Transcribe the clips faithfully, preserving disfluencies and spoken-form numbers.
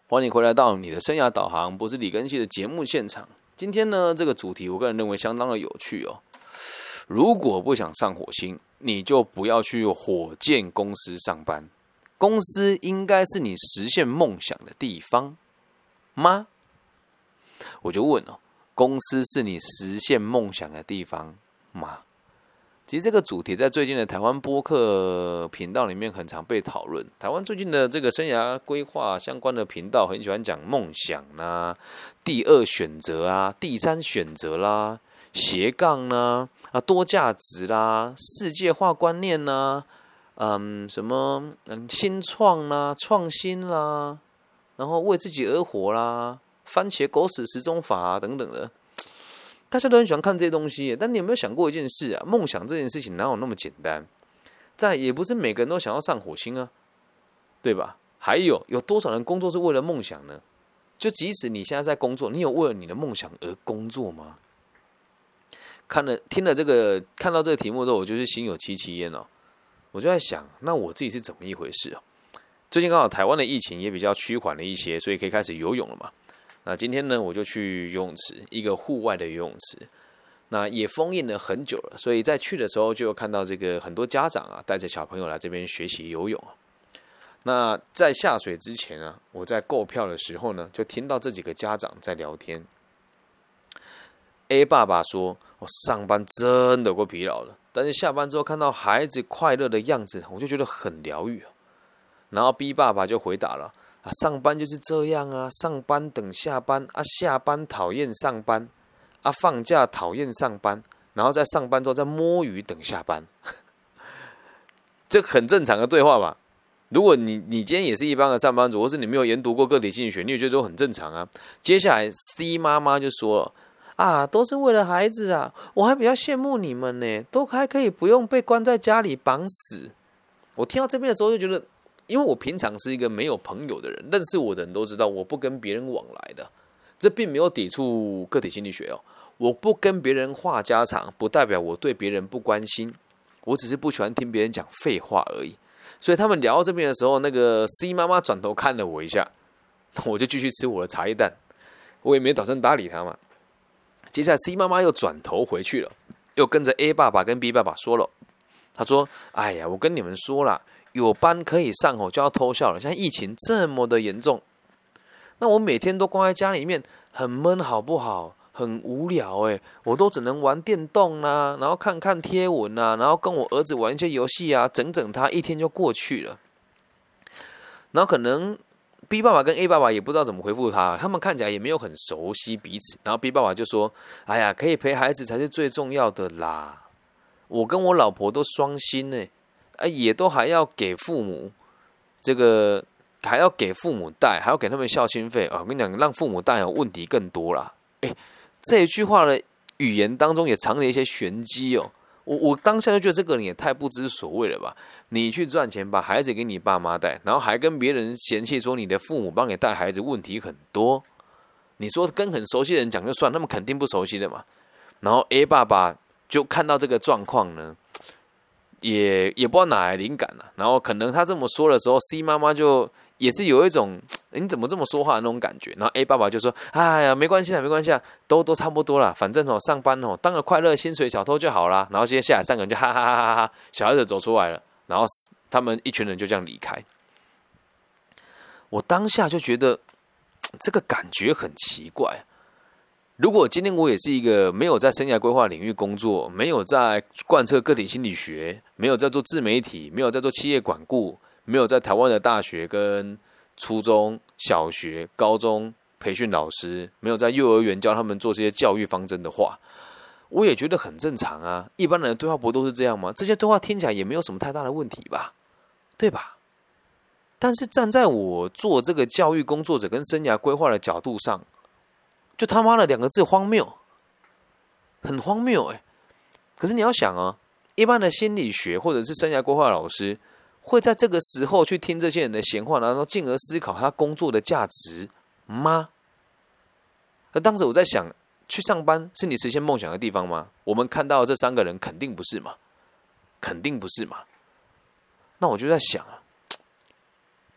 欢迎回来到你的生涯导航，不是李根熙的节目现场。今天呢，这个主题我个人认为相当的有趣哦。如果不想上火星，你就不要去火箭公司上班。公司应该是你实现梦想的地方吗？我就问哦，公司是你实现梦想的地方吗？其实这个主题在最近的台湾播客频道里面很常被讨论。台湾最近的这个生涯规划相关的频道很喜欢讲梦想啦、第二选择啊、第三选择啦、斜杠啦、啊多价值啦、世界化观念啦、嗯什么嗯新创啦、创新啦，然后为自己而活啦、番茄狗屎时钟法啊等等的。大家都很喜欢看这些东西，但你有没有想过一件事啊？梦想这件事情哪有那么简单？再来也不是每个人都想要上火星啊，对吧？还有有多少人工作是为了梦想呢？就即使你现在在工作，你有为了你的梦想而工作吗？看了听了这个，看到这个题目之后，我就是心有戚戚焉哦。我就在想，那我自己是怎么一回事哦？最近刚好台湾的疫情也比较趋缓了一些，所以可以开始游泳了嘛。那今天呢，我就去游泳池，一个户外的游泳池。那也封印了很久了，所以在去的时候就有看到这个很多家长啊，带着小朋友来这边学习游泳。那在下水之前啊，我在购票的时候呢，就听到这几个家长在聊天。A 爸爸说：“我上班真的够疲劳了，但是下班之后看到孩子快乐的样子，我就觉得很疗愈。”然后 B 爸爸就回答了。啊，上班就是这样啊，上班等下班啊，下班讨厌上班啊，放假讨厌上班，然后在上班之后再摸鱼等下班，这很正常的对话吧？如果你你今天也是一般的上班族，或是你没有研读过个体心理学，你也觉得都很正常啊。接下来 C 妈妈就说啊，都是为了孩子啊，我还比较羡慕你们呢，都还可以不用被关在家里绑死。我听到这边的时候就觉得。因为我平常是一个没有朋友的人，认识我的人都知道我不跟别人往来的，这并没有抵触个体心理学哦。我不跟别人话家常，不代表我对别人不关心，我只是不喜欢听别人讲废话而已。所以他们聊到这边的时候，那个 C 妈妈转头看了我一下，我就继续吃我的茶叶蛋，我也没打算搭理他嘛。接下来 C 妈妈又转头回去了，又跟着 A 爸爸跟 B 爸爸说了，他说：“哎呀，我跟你们说啦。”有班可以上哦，就要偷笑了。现在疫情这么的严重，那我每天都关在家里面，很闷，好不好？很无聊哎，我都只能玩电动啦、啊，然后看看贴文啊，然后跟我儿子玩一些游戏啊，整整他一天就过去了。然后可能 B 爸爸跟 A 爸爸也不知道怎么回复他，他们看起来也没有很熟悉彼此。然后 B 爸爸就说：“哎呀，可以陪孩子才是最重要的啦，我跟我老婆都双薪呢。”啊，也都还要给父母，这个还要给父母带，还要给他们孝心费啊！我跟你讲，让父母带有问题更多啦。哎，这一句话的语言当中也藏着一些玄机哦。我我当下就觉得这个人也太不知所谓了吧！你去赚钱，把孩子给你爸妈带，然后还跟别人嫌弃说你的父母帮你带孩子问题很多。你说跟很熟悉的人讲就算，他们肯定不熟悉的嘛。然后 A 爸爸就看到这个状况呢。也也不知道哪来灵感了、啊，然后可能他这么说的时候 ，C 妈妈就也是有一种你怎么这么说话的那种感觉。然后 A 爸爸就说：“哎呀，没关系啦，没关系啦，都都差不多啦，反正哦上班哦当个快乐薪水小偷就好啦。”然后接下来三个人就哈哈哈哈哈哈，小孩子走出来了，然后他们一群人就这样离开。我当下就觉得这个感觉很奇怪。如果今天我也是一个没有在生涯规划领域工作，没有在贯彻个体心理学，没有在做自媒体，没有在做企业管顾，没有在台湾的大学跟初中小学高中培训老师，没有在幼儿园教他们做这些教育方针的话，我也觉得很正常啊。一般人的对话不都是这样吗？这些对话听起来也没有什么太大的问题吧，对吧？但是站在我做这个教育工作者跟生涯规划的角度上，就他妈的两个字荒谬，很荒谬哎、欸！可是你要想啊，一般的心理学或者是生涯规划老师，会在这个时候去听这些人的闲话，然后进而思考他工作的价值吗？而当时我在想，去上班是你实现梦想的地方吗？我们看到这三个人肯定不是嘛，肯定不是嘛。那我就在想啊，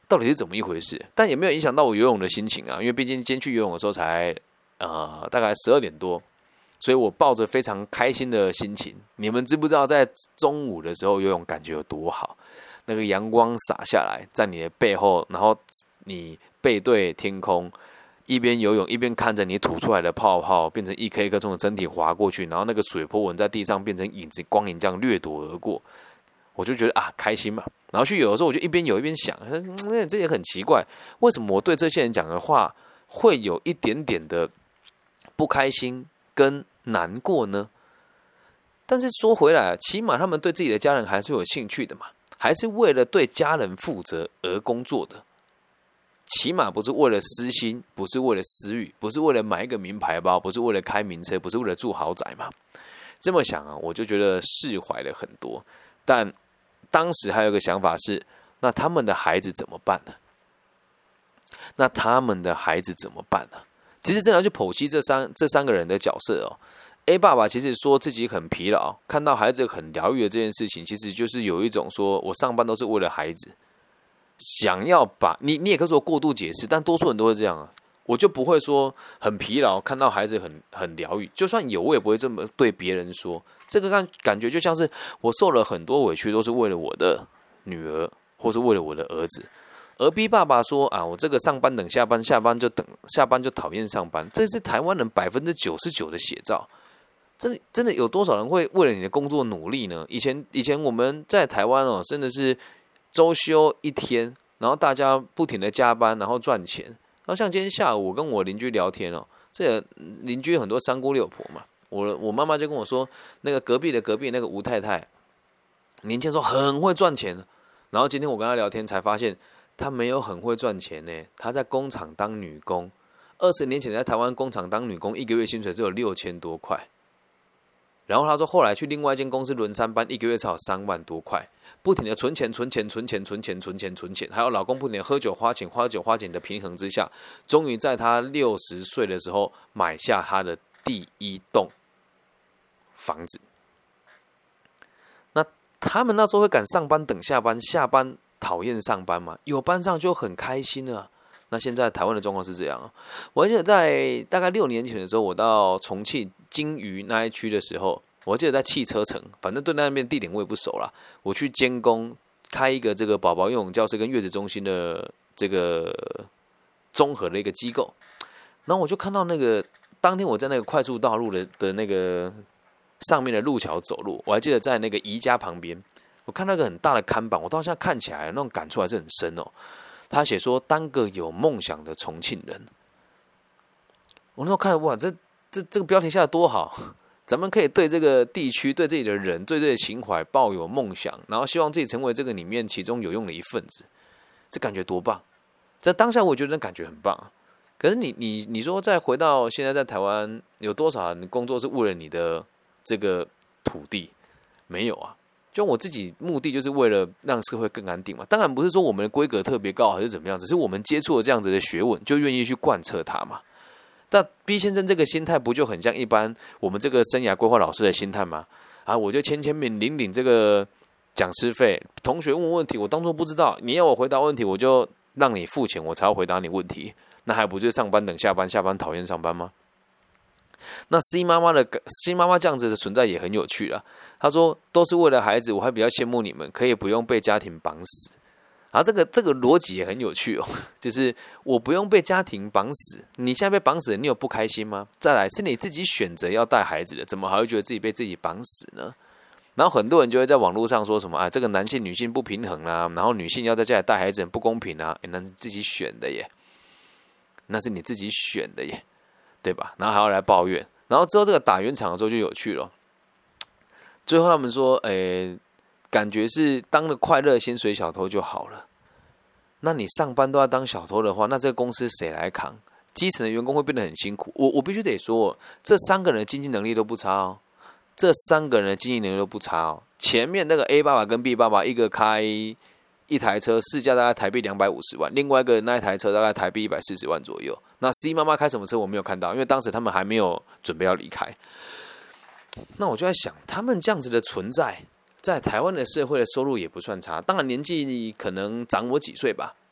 到底是怎么一回事？但也没有影响到我游泳的心情啊，因为毕竟今天去游泳的时候才呃大概十二点多，所以我抱着非常开心的心情。你们知不知道在中午的时候游泳感觉有多好？那个阳光洒下来，在你的背后，然后你背对天空，一边游泳一边看着你吐出来的泡泡变成一颗一颗从身体滑过去，然后那个水波纹在地上变成影子，光影这样掠夺而过。我就觉得啊，开心嘛。然后去游的时候，我就一边游一边想，嗯，这也很奇怪，为什么我对这些人讲的话会有一点点的不开心跟难过呢？但是说回来，起码他们对自己的家人还是有兴趣的嘛，还是为了对家人负责而工作的。起码不是为了私心，不是为了私欲，不是为了买一个名牌包，不是为了开名车，不是为了住豪宅嘛。这么想啊，我就觉得释怀了很多。但当时还有一个想法是，那他们的孩子怎么办呢？那他们的孩子怎么办呢？其实真的要去剖析这三这三个人的角色哦。A 爸爸其实说自己很疲劳，看到孩子很疗愈的这件事情，其实就是有一种说我上班都是为了孩子，想要把你你也可以说过度解释，但多数人都会这样啊。我就不会说很疲劳，看到孩子很很疗愈，就算有，我也不会这么对别人说。这个感感觉就像是我受了很多委屈，都是为了我的女儿，或是为了我的儿子。而 B 爸爸说啊，我这个上班等下班，下班就等下班就讨厌上班，这是台湾人百分之九十九的写照。真的真的有多少人会为了你的工作努力呢？以前以前我们在台湾哦，真的是周休一天，然后大家不停的加班，然后赚钱。然后像今天下午我跟我邻居聊天哦，这邻居很多三姑六婆嘛，我我妈妈就跟我说，那个隔壁的隔壁那个吴太太，年轻的时候很会赚钱，然后今天我跟她聊天才发现，她没有很会赚钱呢，她在工厂当女工，二十年前在台湾工厂当女工，一个月薪水只有六千多块。然后她说，后来去另外一间公司轮三班，一个月才有三万多块，不停的存钱、存钱、存钱、存钱、存钱、存钱，还有老公不停的喝酒花钱、花酒花钱的平衡之下，终于在她六十岁的时候买下她的第一栋房子。那他们那时候会赶上班等下班，下班讨厌上班吗？有班上就很开心了。那现在台湾的状况是这样啊，我记得在大概六年前的时候，我到重庆金鱼那一区的时候，我记得在汽车城，反正对那边地点我也不熟啦。我去监工开一个这个宝宝游泳教室跟月子中心的这个综合的一个机构，然后我就看到那个当天我在那个快速道路的的那个上面的路桥走路，我还记得在那个宜家旁边，我看到一个很大的看板，我到现在看起来那种感触还是很深哦。他写说，当个有梦想的重庆人。我那时候看了，哇，这这这个标题下的多好！咱们可以对这个地区、对自己的人、对自己的情怀抱有梦想，然后希望自己成为这个里面其中有用的一份子，这感觉多棒！在当下，我觉得那感觉很棒啊。可是你你你说，再回到现在，在台湾有多少人工作是为了你的这个土地？没有啊。就我自己目的就是为了让社会更安定嘛，当然不是说我们的规格特别高还是怎么样，只是我们接触了这样子的学问，就愿意去贯彻它嘛。但 B 先生这个心态不就很像一般我们这个生涯规划老师的心态吗？啊，我就签签名领领这个讲师费，同学问问题我当作不知道，你要我回答问题我就让你付钱，我才要回答你问题，那还不就是上班等下班，下班讨厌上班吗？那 C 妈妈的 C 妈妈这样子的存在也很有趣啦。她说都是为了孩子，我还比较羡慕你们，可以不用被家庭绑死。啊，这个这个逻辑也很有趣哦，就是我不用被家庭绑死，你现在被绑死了，你有不开心吗？再来是你自己选择要带孩子的，怎么还会觉得自己被自己绑死呢？然后很多人就会在网络上说什么啊，这个男性女性不平衡啦、啊，然后女性要在家里带孩子很不公平啊，那是自己选的耶，那是你自己选的耶，对吧？然后还要来抱怨，然后之后这个打圆场的时候就有趣了。最后他们说，诶，感觉是当了快乐薪水小偷就好了。那你上班都要当小偷的话，那这个公司谁来扛？基层的员工会变得很辛苦。我我必须得说，这三个人的经济能力都不差哦。这三个人的经济能力都不差哦。前面那个 A 爸爸跟 B 爸爸，一个开一台车市价大概台币两百五十万，另外一个那一台车大概台币一百四十万左右。那 C 妈妈开什么车我没有看到，因为当时他们还没有准备要离开。那我就在想，他们这样子的存在，在台湾的社会的收入也不算差。当然年纪可能长我几岁吧，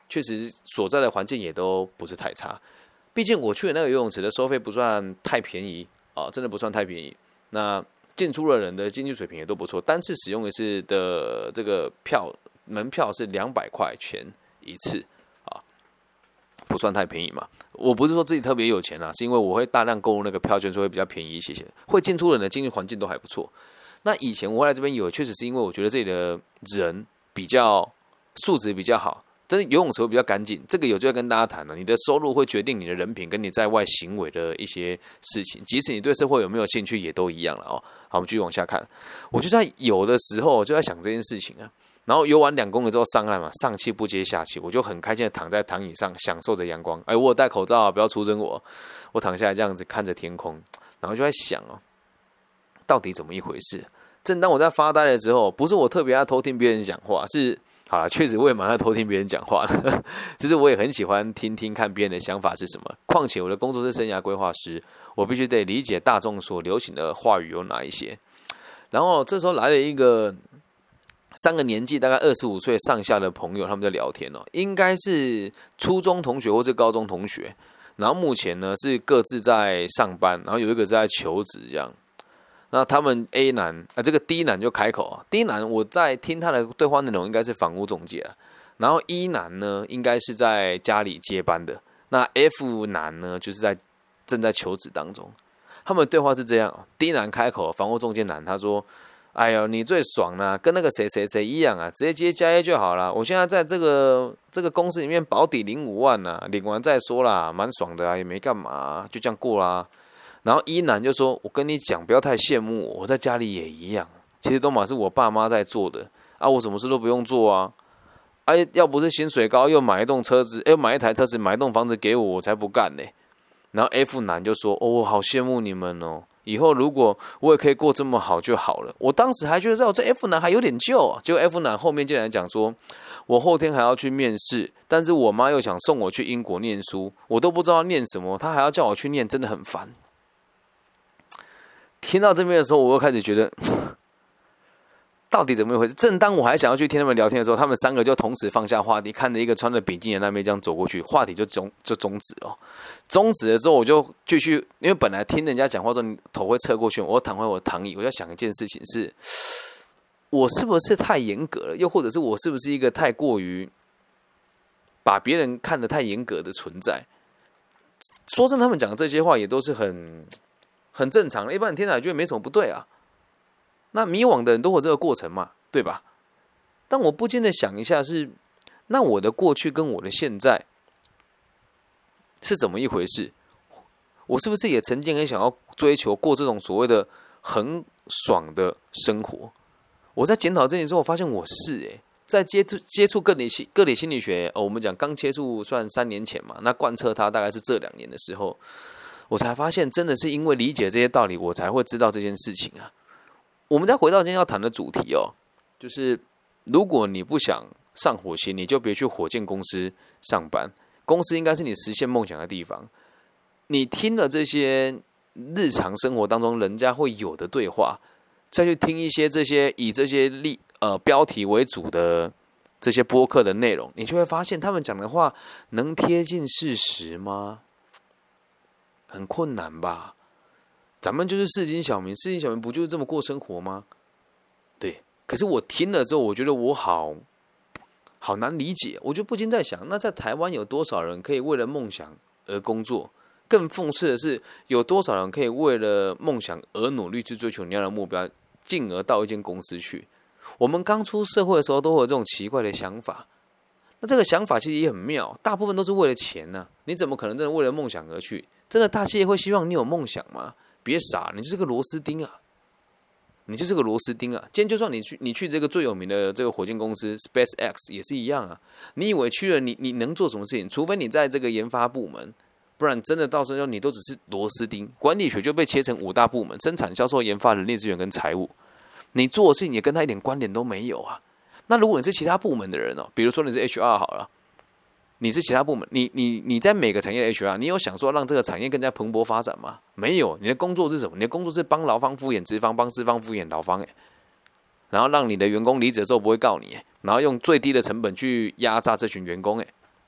确实所在的环境也都不是太差。毕竟我去的那个游泳池的收费不算太便宜啊，真的不算太便宜。那进出的人的经济水平也都不错，单次使用一次的这个票门票是两百块钱一次啊，不算太便宜嘛。我不是说自己特别有钱啦，是因为我会大量购入那个票券，所以会比较便宜一些些。会进出的人的经济环境都还不错。那以前我来这边有，确实是因为我觉得这里的人比较素质比较好。真的游泳池会比较干净，这个有就要跟大家谈了。你的收入会决定你的人品跟你在外行为的一些事情，即使你对社会有没有兴趣，也都一样了哦。好，我们继续往下看。我就在游的时候，我就在想这件事情啊。然后游完两公里之后上岸嘛，上气不接下气，我就很开心的躺在躺椅上，享受着阳光。哎，我有戴口罩啊，不要出征我。我躺下来这样子看着天空，然后就在想哦，到底怎么一回事？正当我在发呆的时候，不是我特别爱偷听别人讲话，是。好了，确实我也蛮爱偷听别人讲话的，其实我也很喜欢听听看别人的想法是什么。况且我的工作是生涯规划师，我必须得理解大众所流行的话语有哪一些。然后这时候来了一个三个年纪大概二十五岁上下的朋友，他们在聊天哦，应该是初中同学或是高中同学。然后目前呢是各自在上班，然后有一个在求职这样。那他们 A 男啊，这个 D 男就开口啊 ，D 男我在听他的对话内容，应该是房屋中介啊。然后 E 男呢，应该是在家里接班的。那 F 男呢，就是在正在求职当中。他们的对话是这样 ：D 男开口，房屋中介男他说：“哎呦，你最爽啦、啊，跟那个谁谁谁一样啊，直接接家业就好了。我现在在这个这个公司里面保底领五万啊，领完再说啦，蛮爽的啊，也没干嘛，就这样过啦。”然后一男就说：“我跟你讲，不要太羡慕我，我在家里也一样。其实都嘛是我爸妈在做的啊，我什么事都不用做啊。啊，要不是薪水高，又买一栋车子，又买一台车子，买一栋房子给我，我才不干呢。”然后 F 男就说：“哦，我好羡慕你们哦，以后如果我也可以过这么好就好了。”我当时还觉得这 F 男还有点旧啊，结果 F 男后面竟然讲说：“我后天还要去面试，但是我妈又想送我去英国念书，我都不知道念什么，她还要叫我去念，真的很烦。”听到这边的时候，我又开始觉得，到底怎么一回事？正当我还想要去听他们聊天的时候，他们三个就同时放下话题，看着一个穿着比基尼的那边这样走过去，话题就终就终止了。终止了之后，我就继续，因为本来听人家讲话之后，你头会侧过去，我躺回我的躺椅，我在想一件事情是：我是不是太严格了？又或者是我是不是一个太过于把别人看得太严格的存在？说真的，他们讲的这些话也都是很。很正常的，一般人听起来觉得没什么不对啊。那迷惘的人都有这个过程嘛，对吧？但我不禁的想一下是，那我的过去跟我的现在是怎么一回事？我是不是也曾经很想要追求过这种所谓的很爽的生活？我在检讨这件事，我发现我是哎、欸，在接触接触个体个体心理学，哦，我们讲刚接触算三年前嘛，那贯彻它大概是这两年的时候。我才发现，真的是因为理解这些道理，我才会知道这件事情啊。我们再回到今天要谈的主题哦，就是如果你不想上火星，你就别去火箭公司上班。公司应该是你实现梦想的地方。你听了这些日常生活当中人家会有的对话，再去听一些这些以这些例呃标题为主的这些播客的内容，你就会发现他们讲的话能贴近事实吗？很困难吧？咱们就是市井小民，市井小民不就是这么过生活吗？对。可是我听了之后，我觉得我好好难理解。我就不禁在想，那在台湾有多少人可以为了梦想而工作？更讽刺的是，有多少人可以为了梦想而努力去追求你要的目标，进而到一间公司去？我们刚出社会的时候，都会有这种奇怪的想法。那这个想法其实也很妙，大部分都是为了钱呢、啊。你怎么可能真的为了梦想而去？真的大企业会希望你有梦想吗？别傻，你就是个螺丝钉啊！你就是个螺丝钉啊！今天就算你去，你去这个最有名的这个火箭公司 SpaceX 也是一样啊。你以为去了你你能做什么事情？除非你在这个研发部门，不然真的到时候你都只是螺丝钉。管理学就被切成五大部门：生产、销售、研发、人力资源跟财务。你做的事情也跟他一点关联都没有啊。那如果你是其他部门的人哦，比如说你是 H R 好了。你是其他部门，你你你在每个产业的 H R， 你有想说让这个产业更加蓬勃发展吗？没有，你的工作是什么？你的工作是帮劳方敷衍资方，帮资方敷衍劳方，哎，然后让你的员工离职之后不会告你，然后用最低的成本去压榨这群员工，哎，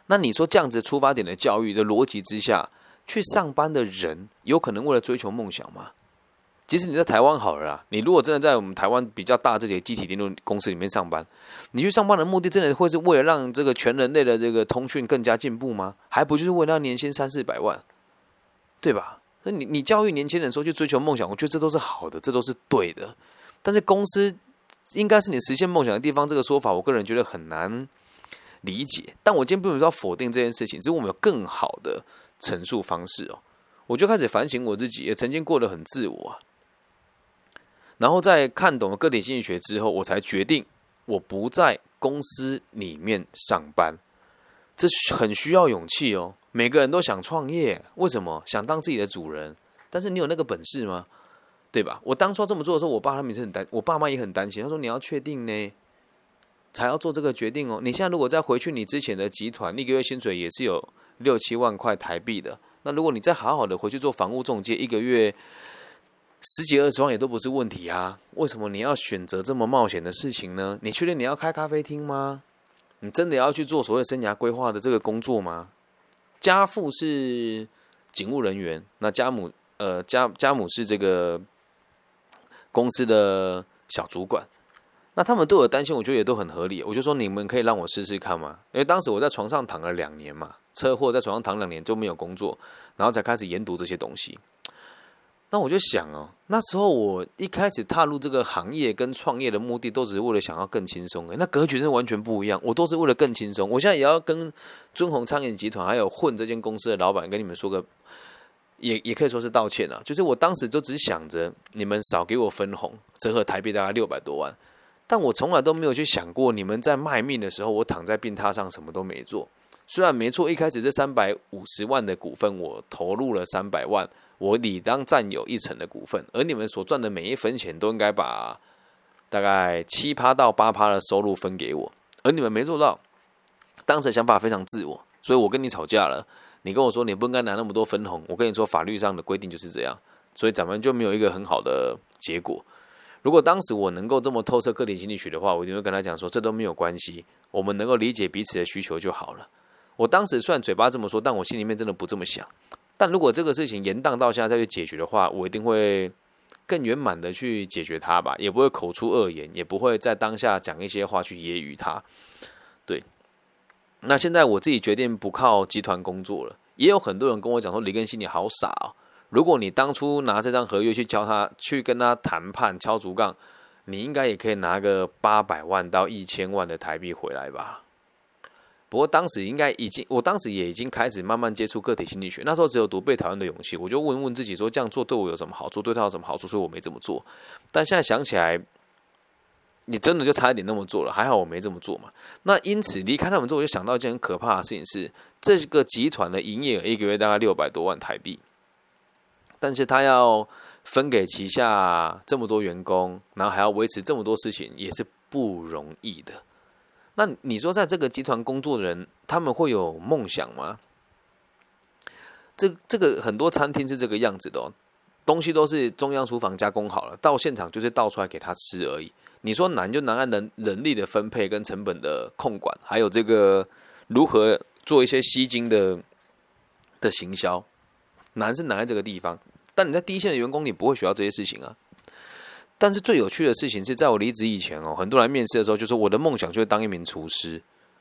那你说这样子出发点的教育的逻辑之下，去上班的人有可能为了追求梦想吗？即使你在台湾好了啦，你如果真的在我们台湾比较大这些机体电路公司里面上班，你去上班的目的真的会是为了让这个全人类的这个通讯更加进步吗？还不就是为了年薪三四百万，对吧？所以你你教育年轻人说去追求梦想，我觉得这都是好的，这都是对的。但是公司应该是你实现梦想的地方，这个说法我个人觉得很难理解。但我今天并不是要否定这件事情，只是我们有更好的陈述方式哦。我就开始反省我自己，也曾经过得很自我啊。然后在看懂了个体经济学之后，我才决定我不在公司里面上班。这很需要勇气哦。每个人都想创业，为什么？想当自己的主人。但是你有那个本事吗？对吧？我当初这么做的时候，我爸他们也是很担，我爸妈也很担心。他说：“你要确定呢，才要做这个决定哦。你现在如果再回去你之前的集团，一个月薪水也是有六七万块台币的。那如果你再好好的回去做房屋中介，一个月十几二十万也都不是问题啊。为什么你要选择这么冒险的事情呢？你确定你要开咖啡厅吗？你真的要去做所谓生涯规划的这个工作吗？”家父是警务人员，那家母呃家家母是这个公司的小主管。那他们对我的担心，我觉得也都很合理。我就说你们可以让我试试看吗？因为当时我在床上躺了两年嘛，车祸在床上躺两年就没有工作，然后才开始研读这些东西。那我就想哦，那时候我一开始踏入这个行业跟创业的目的，都只是为了想要更轻松。那格局真的完全不一样，我都是为了更轻松。我现在也要跟尊鸿餐饮集团还有混这间公司的老板跟你们说个，也也可以说是道歉啊。就是我当时就只想着你们少给我分红，折合台币大概六百多万，但我从来都没有去想过，你们在卖命的时候，我躺在病榻上什么都没做。虽然没错，一开始这三百五十万的股份我投入了三百万。我理当占有一成的股份，而你们所赚的每一分钱都应该把大概七趴到八趴的收入分给我，而你们没做到。当时想法非常自我，所以我跟你吵架了。你跟我说你不应该拿那么多分红，我跟你说法律上的规定就是这样，所以咱们就没有一个很好的结果。如果当时我能够这么透彻个体经济学的话，我一定会跟他讲说，这都没有关系，我们能够理解彼此的需求就好了。我当时虽然嘴巴这么说，但我心里面真的不这么想。但如果这个事情延宕到现在再去解决的话，我一定会更圆满的去解决它吧，也不会口出恶言，也不会在当下讲一些话去揶揄他。对，那现在我自己决定不靠集团工作了，也有很多人跟我讲说，李根熙你好傻哦，如果你当初拿这张合约去教他，去跟他谈判敲竹杠，你应该也可以拿个八百万到一千万的台币回来吧。不过当时应该已经，我当时也已经开始慢慢接触个体心理学。那时候只有读被讨厌的勇气，我就问问自己说，这样做对我有什么好处，对他有什么好处？所以我没这么做。但现在想起来，你真的就差一点那么做了，还好我没这么做嘛。那因此离开他们之后，我就想到一件很可怕的事情是，这个集团的营业额一个月大概六百多万台币，但是他要分给旗下这么多员工，然后还要维持这么多事情，也是不容易的。那你说，在这个集团工作的人，他们会有梦想吗？这这个很多餐厅是这个样子的哦，东西都是中央厨房加工好了，到现场就是倒出来给他吃而已。你说难就难在人人力的分配跟成本的控管，还有这个如何做一些吸金的的行销，难是难在这个地方。但你在第一线的员工，你不会学到这些事情啊。但是最有趣的事情是，在我离职以前哦，很多人面试的时候就说我的梦想就是当一名厨师。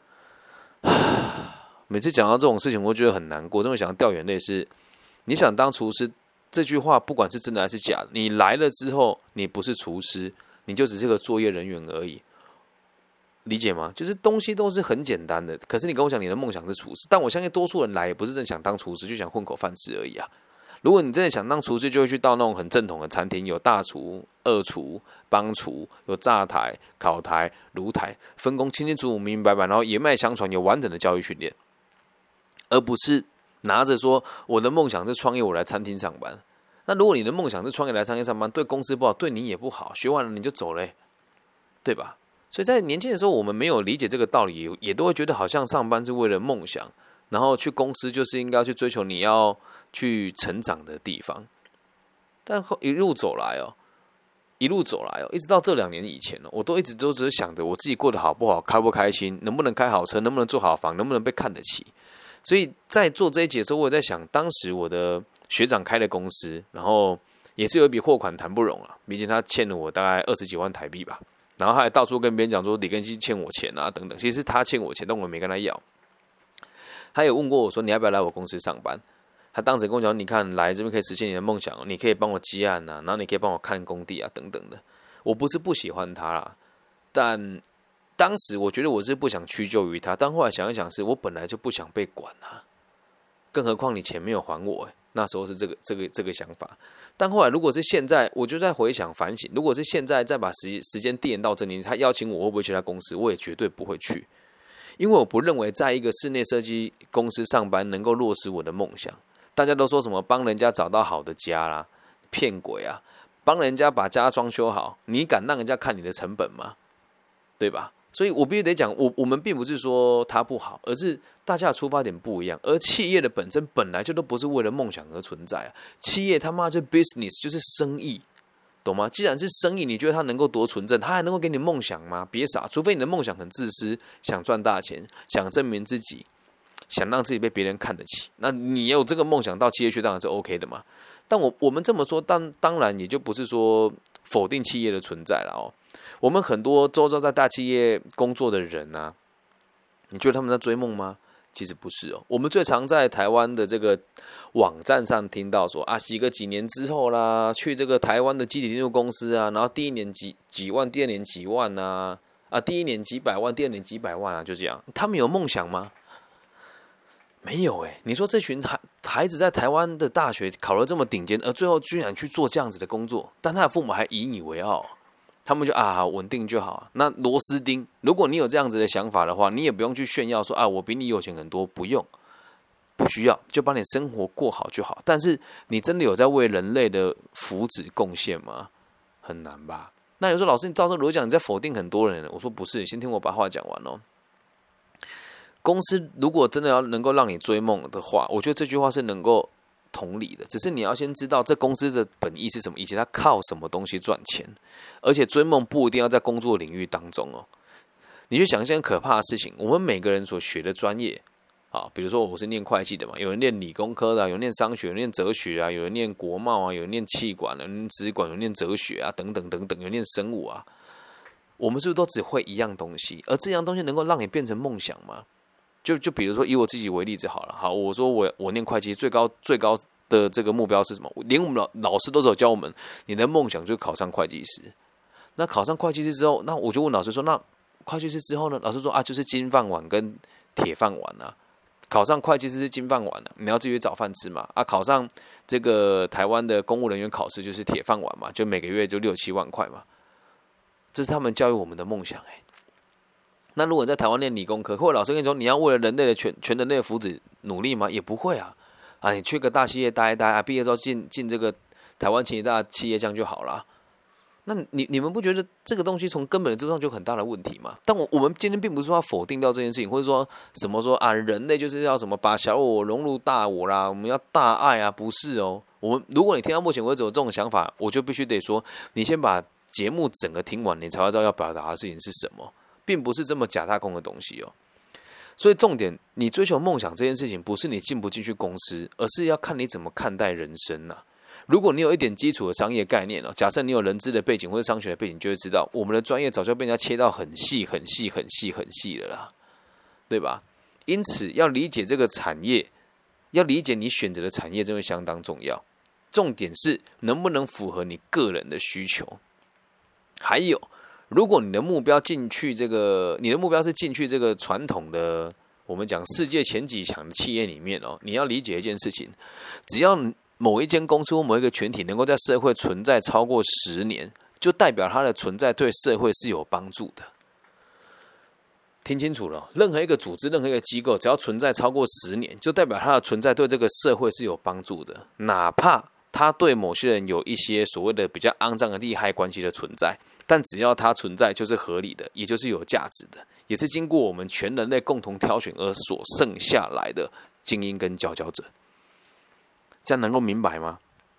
每次讲到这种事情，我觉得很难过，这么想掉眼泪是，你想当厨师这句话，不管是真的还是假的，你来了之后，你不是厨师，你就只是个作业人员而已，理解吗？就是东西都是很简单的，可是你跟我讲你的梦想是厨师，但我相信多数人来也不是真想当厨师，就想混口饭吃而已啊。如果你真的想当厨师，就会去到那种很正统的餐厅，有大厨、二厨、帮厨，有炸台、烤台、炉台，分工清清楚楚、明明白白，然后一脉相传，有完整的教育训练，而不是拿着说我的梦想是创业，我来餐厅上班。那如果你的梦想是创业来餐厅上班，对公司不好，对你也不好，学完了你就走了，对吧？所以在年轻的时候，我们没有理解这个道理，也都会觉得好像上班是为了梦想，然后去公司就是应该去追求你要去成长的地方。但一路走来哦， 一路走来哦，一直到这两年以前哦，我都一直都只是想着我自己过得好不好，开不开心，能不能开好车，能不能住好房，能不能被看得起。所以在做这一节的时候，我也在想，当时我的学长开的公司，然后也是有一笔货款谈不拢啊，毕竟他欠了我大概二十几万台币吧。然后他还到处跟别人讲说李根熙欠我钱啊等等，其实是他欠我钱，但我没跟他要。他有问过我说你要不要来我公司上班？他当时跟我讲，你看来这边可以实现你的梦想，你可以帮我接案啊，然后你可以帮我看工地啊等等的。我不是不喜欢他啦，但当时我觉得我是不想屈就于他，但后来想一想是，我本来就不想被管啊，更何况你钱没有还我、欸，那时候是这个这个这个想法。但后来如果是现在，我就在回想反省，如果是现在再把时时间递延到这里，他邀请我会不会去他公司，我也绝对不会去，因为我不认为在一个室内设计公司上班能够落实我的梦想。大家都说什么帮人家找到好的家啦，骗鬼啊！帮人家把家装修好，你敢让人家看你的成本吗？对吧？所以我必须得讲，我我们并不是说它不好，而是大家的出发点不一样。而企业的本身本来就都不是为了梦想而存在啊！企业他妈就 business 就是生意，懂吗？既然是生意，你觉得它能够多纯正？它还能够给你梦想吗？别傻，除非你的梦想很自私，想赚大钱，想证明自己。想让自己被别人看得起，那你有这个梦想到企业去当然是 OK 的嘛。但我我们这么说，当当然也就不是说否定企业的存在了哦。我们很多周遭在大企业工作的人啊，你觉得他们在追梦吗？其实不是哦。我们最常在台湾的这个网站上听到说啊，洗个几年之后啦，去这个台湾的集体进入公司啊，然后第一年几几万，第二年几万啊，啊，第一年几百万，第二年几百万啊，就这样。他们有梦想吗？没有哎、欸，你说这群孩孩子在台湾的大学考了这么顶尖，而最后居然去做这样子的工作，但他的父母还引以为傲，他们就啊稳定就好。那螺丝钉，如果你有这样子的想法的话，你也不用去炫耀说啊我比你有钱很多，不用，不需要，就把你生活过好就好。但是你真的有在为人类的福祉贡献吗？很难吧？那有时候老师你照这逻辑讲，你在否定很多人。我说不是，先听我把话讲完哦。公司如果真的要能够让你追梦的话，我觉得这句话是能够同理的。只是你要先知道这公司的本意是什么，以及它靠什么东西赚钱。而且追梦不一定要在工作领域当中哦。你去想一件可怕的事情，我们每个人所学的专业啊，比如说我是念会计的嘛，有人念理工科的、啊，有人念商学，有人念哲学啊，有人念国贸啊，有人念企管，有人念资管，有人念哲学啊，等等等等，有人念生物啊。我们是不是都只会一样东西？而这样东西能够让你变成梦想吗？就就比如说以我自己为例子好了，好，我说我我念会计最高最高的这个目标是什么？连我们老老师都有教我们，你的梦想就是考上会计师。那考上会计师之后，那我就问老师说，那会计师之后呢？老师说啊，就是金饭碗跟铁饭碗啊。考上会计师是金饭碗啊，你要自己找饭吃嘛。啊，考上这个台湾的公务人员考试就是铁饭碗嘛，就每个月就六七万块嘛。这是他们教育我们的梦想哎、欸。那如果你在台湾念理工科，或者老师跟你说你要为了人类的全全人类的福祉努力吗？也不会啊！啊，你去个大企业待一待啊，毕业之后进进这个台湾前一大企业这样就好了。那你你们不觉得这个东西从根本的制度上就有很大的问题吗？但我我们今天并不是说要否定掉这件事情，或者说什么说啊人类就是要什么把小我融入大我啦，我们要大爱啊，不是哦。我们如果你听到目前为止有这种想法，我就必须得说，你先把节目整个听完，你才会知道要表达的事情是什么。并不是这么假大空的东西哦，所以重点，你追求梦想这件事情，不是你进不进去公司，而是要看你怎么看待人生啊。如果你有一点基础的商业概念哦，假设你有人资的背景或者商学的背景，就会知道我们的专业早就被人家切到很细、很细、很细、很细了啦，对吧？因此，要理解这个产业，要理解你选择的产业，真的相当重要。重点是能不能符合你个人的需求，还有。如果你的目标进去这个，你的目标是进去这个传统的，我们讲世界前几强的企业里面哦，你要理解一件事情，只要某一间公司或某一个群体能够在社会存在超过十年，就代表它的存在对社会是有帮助的。听清楚了，任何一个组织、任何一个机构，只要存在超过十年，就代表它的存在对这个社会是有帮助的，哪怕它对某些人有一些所谓的比较肮脏的利害关系的存在。但只要它存在，就是合理的，也就是有价值的，也是经过我们全人类共同挑选而所剩下来的精英跟佼佼者。这样能够明白吗？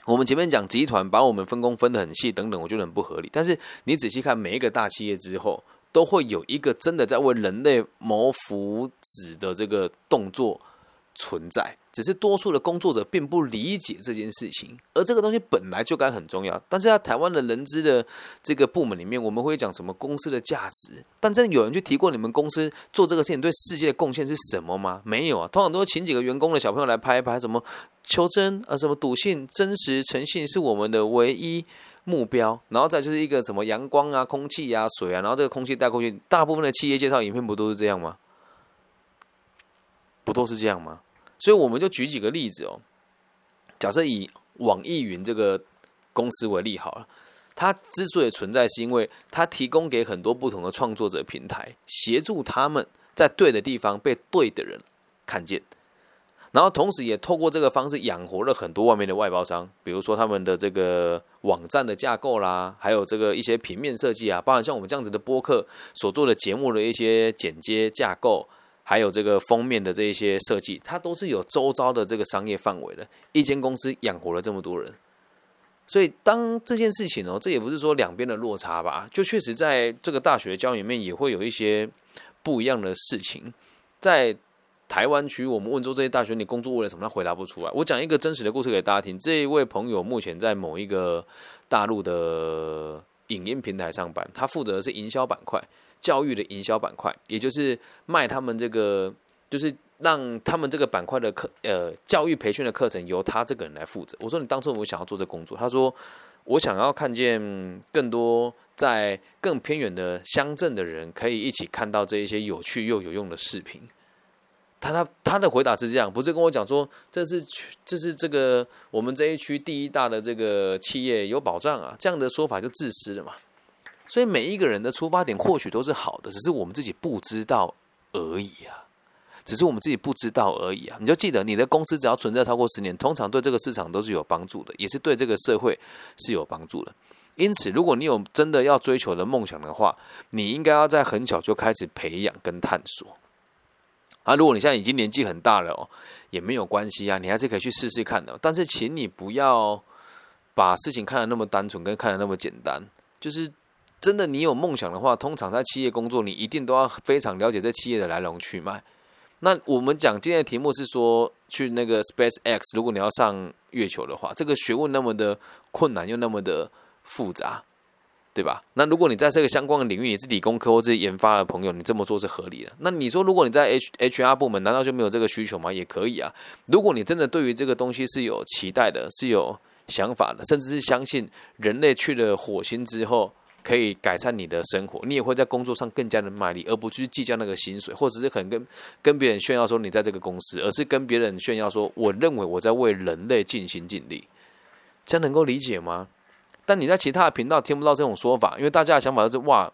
我们前面讲集团把我们分工分得很细等等，我觉得很不合理。但是你仔细看每一个大企业之后，都会有一个真的在为人类谋福祉的这个动作存在，只是多数的工作者并不理解这件事情，而这个东西本来就该很重要。但是在台湾的人资的这个部门里面，我们会讲什么公司的价值，但真的有人去提过你们公司做这个事情对世界的贡献是什么吗？没有啊，通常都会请几个员工的小朋友来拍一拍，什么求真啊，什么笃信、真实、诚信是我们的唯一目标，然后再就是一个什么阳光啊、空气啊、水啊，然后这个空气带过去，大部分的企业介绍影片不都是这样吗？不都是这样吗？所以我们就举几个例子哦。假设以网易云这个公司为例好了，它之所以存在，是因为它提供给很多不同的创作者平台，协助他们在对的地方被对的人看见，然后同时也透过这个方式养活了很多外面的外包商，比如说他们的这个网站的架构啦，还有这个一些平面设计啊，包含像我们这样子的播客所做的节目的一些剪接架构，还有这个封面的这一些设计，它都是有周遭的这个商业范围的。一间公司养活了这么多人，所以当这件事情哦，这也不是说两边的落差吧，就确实在这个大学教育里面也会有一些不一样的事情。在台湾区，我们问说这些大学你工作为了什么，他回答不出来。我讲一个真实的故事给大家听。这一位朋友目前在某一个大陆的影音平台上班，他负责的是营销板块。教育的营销板块，也就是卖他们这个，就是让他们这个板块的课，呃，教育培训的课程由他这个人来负责。我说你当初有没有想要做这工作？他说我想要看见更多在更偏远的乡镇的人可以一起看到这一些有趣又有用的视频。他他他的回答是这样，不是跟我讲说这是这是这个我们这一区第一大的这个企业有保障啊，这样的说法就自私了嘛。所以每一个人的出发点或许都是好的，只是我们自己不知道而已啊，只是我们自己不知道而已啊。你就记得，你的公司只要存在超过十年，通常对这个市场都是有帮助的，也是对这个社会是有帮助的。因此，如果你有真的要追求的梦想的话，你应该要在很小就开始培养跟探索。啊，如果你现在已经年纪很大了哦，也没有关系啊，你还是可以去试试看的。但是，请你不要把事情看得那么单纯，跟看得那么简单，就是。真的，你有梦想的话，通常在企业工作，你一定都要非常了解这企业的来龙去脉。那我们讲今天的题目是说，去那个 SpaceX， 如果你要上月球的话，这个学问那么的困难又那么的复杂，对吧？那如果你在这个相关的领域，你是理工科或是研发的朋友，你这么做是合理的。那你说，如果你在 H HR 部门，难道就没有这个需求吗？也可以啊。如果你真的对于这个东西是有期待的，是有想法的，甚至是相信人类去了火星之后可以改善你的生活，你也会在工作上更加的卖力，而不去计较那个薪水，或者是可能跟跟别人炫耀说你在这个公司，而是跟别人炫耀说我认为我在为人类尽心尽力，这样能够理解吗？但你在其他的频道听不到这种说法，因为大家的想法都是哇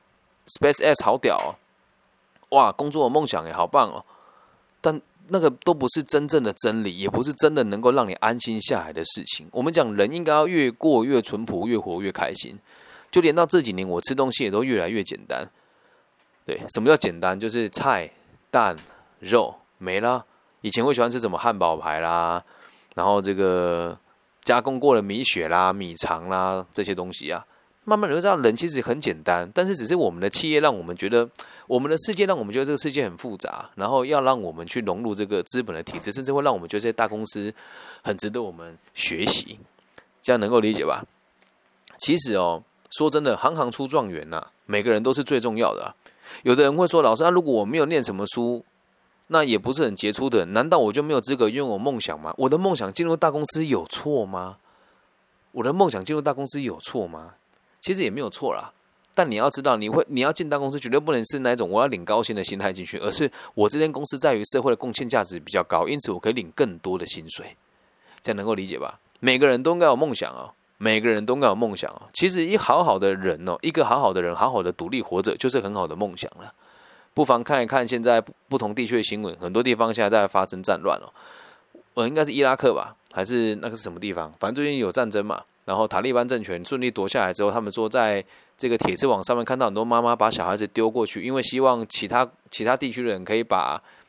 ，SpaceX 好屌哦，哇，工作的梦想也好棒哦，但那个都不是真正的真理，也不是真的能够让你安心下来的事情。我们讲人应该要越过越淳朴，越活越开心。就连到这几年，我吃东西也都越来越简单。对，什么叫简单？就是菜、蛋、肉没了。以前会喜欢吃什么汉堡排啦，然后这个加工过的米血啦、米肠啦这些东西啊，慢慢你会知道人其实很简单，但是只是我们的企业让我们觉得，我们的世界让我们觉得这个世界很复杂，然后要让我们去融入这个资本的体制，甚至会让我们觉得这些大公司很值得我们学习。这样能够理解吧？其实哦。说真的，行行出状元呐、啊，每个人都是最重要的、啊。有的人会说，老师，啊，如果我没有念什么书，那也不是很杰出的，难道我就没有资格拥有梦想吗？我的梦想进入大公司有错吗？我的梦想进入大公司有错吗？其实也没有错啦。但你要知道，你会你要进大公司，绝对不能是那种我要领高薪的心态进去，而是我这间公司在于社会的贡献价值比较高，因此我可以领更多的薪水。这样能够理解吧？每个人都应该有梦想哦。每个人都应该有梦想哦。其实一好好的人哦，一个好好的人，好好的独立活着，就是很好的梦想了。不妨看一看现在不同地区的新闻，很多地方现在在发生战乱哦。呃，应该是伊拉克吧，还是那个是什么地方？反正最近有战争嘛。然后塔利班政权顺利夺下来之后，他们说在这个铁丝网上面看到很多妈妈把小孩子丢过去，因为希望其他其他地区的人可以把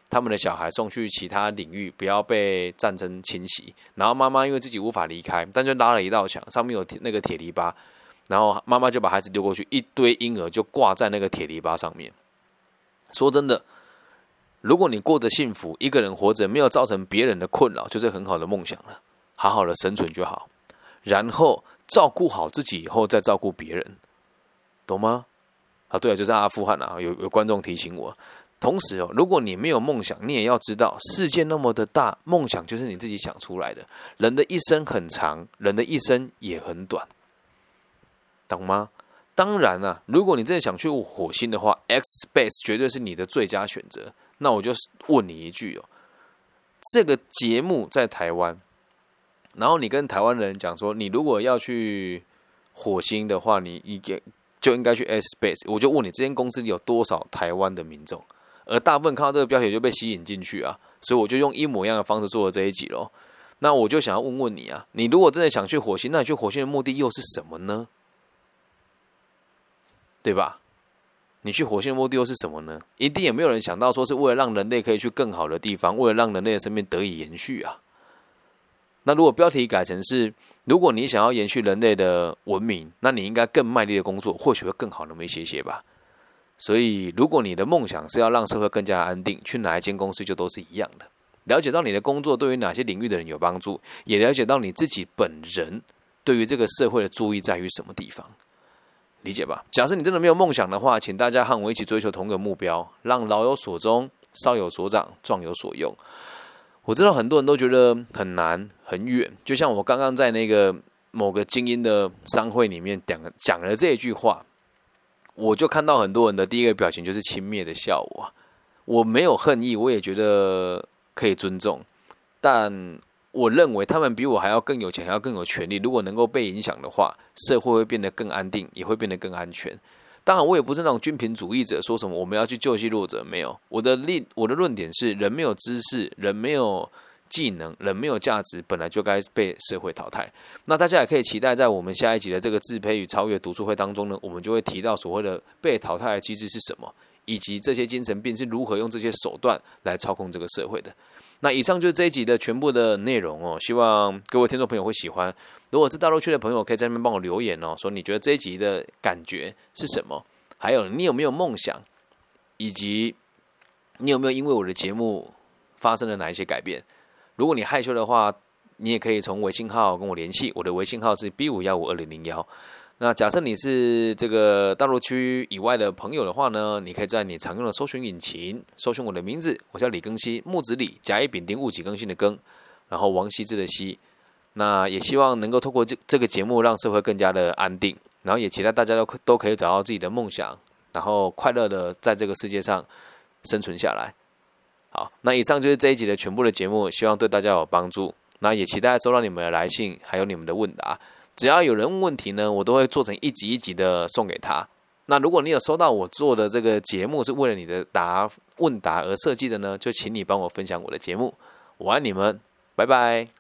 他们的小孩送去其他领域，不要被战争侵袭。然后妈妈因为自己无法离开，但就拉了一道墙，上面有那个铁篱笆，然后妈妈就把孩子丢过去，一堆婴儿就挂在那个铁篱笆上面。说真的，如果你过得幸福，一个人活着没有造成别人的困扰，就是很好的梦想了。好好的生存就好，然后照顾好自己以后再照顾别人，懂吗？啊，对啊，就是阿富汗啊，有有观众提醒我。同时哦，如果你没有梦想，你也要知道世界那么的大，梦想就是你自己想出来的。人的一生很长，人的一生也很短，懂吗？当然啊，如果你真的想去火星的话 ，X Space 绝对是你的最佳选择。那我就问你一句哦，这个节目在台湾，然后你跟台湾人讲说，你如果要去火星的话，你你就应该去 X Space。我就问你，这间公司有多少台湾的民众？而大部分看到这个标题就被吸引进去啊，所以我就用一模一样的方式做了这一集咯。那我就想要问问你啊，你如果真的想去火星，那你去火星的目的又是什么呢？对吧？你去火星的目的又是什么呢？一定也没有人想到说是为了让人类可以去更好的地方，为了让人类的生命得以延续啊。那如果标题改成是，如果你想要延续人类的文明，那你应该更卖力的工作，或许会更好那么一些些吧。所以，如果你的梦想是要让社会更加安定，去哪一间公司就都是一样的。了解到你的工作对于哪些领域的人有帮助，也了解到你自己本人对于这个社会的注意在于什么地方，理解吧？假设你真的没有梦想的话，请大家和我一起追求同一个目标，让老有所终，少有所长，壮有所用。我知道很多人都觉得很难很远，就像我刚刚在那个某个精英的商会里面讲讲了这一句话，我就看到很多人的第一个表情就是轻蔑的笑我。我没有恨意，我也觉得可以尊重，但我认为他们比我还要更有钱，还要更有权利。如果能够被影响的话，社会会变得更安定，也会变得更安全。当然，我也不是那种均贫主义者，说什么我们要去救济弱者，没有。我的立我的论点是，人没有知识，人没有技能，人没有价值，本来就该被社会淘汰。那大家也可以期待，在我们下一集的这个自培与超越读书会当中呢，我们就会提到所谓的被淘汰的机制是什么，以及这些精神病是如何用这些手段来操控这个社会的。那以上就是这一集的全部的内容哦，希望各位听众朋友会喜欢。如果是大陆区的朋友，可以在那边帮我留言哦，说你觉得这一集的感觉是什么？还有你有没有梦想？以及你有没有因为我的节目发生了哪一些改变？如果你害羞的话，你也可以从微信号跟我联系，我的微信号是 B 五一五二零零一。那假设你是这个大陆区以外的朋友的话呢，你可以在你常用的搜寻引擎搜寻我的名字，我叫李庚希，木子李，甲乙丙丁戊己庚辛的庚，然后王羲之的羲。那也希望能够透过这这个节目让社会更加的安定，然后也期待大家都都可以找到自己的梦想，然后快乐的在这个世界上生存下来。好，那以上就是这一集的全部的节目，希望对大家有帮助。那也期待收到你们的来信，还有你们的问答。只要有人问问题呢，我都会做成一集一集的送给他。那如果你有收到我做的这个节目是为了你的答问答而设计的呢，就请你帮我分享我的节目。我爱你们，拜拜。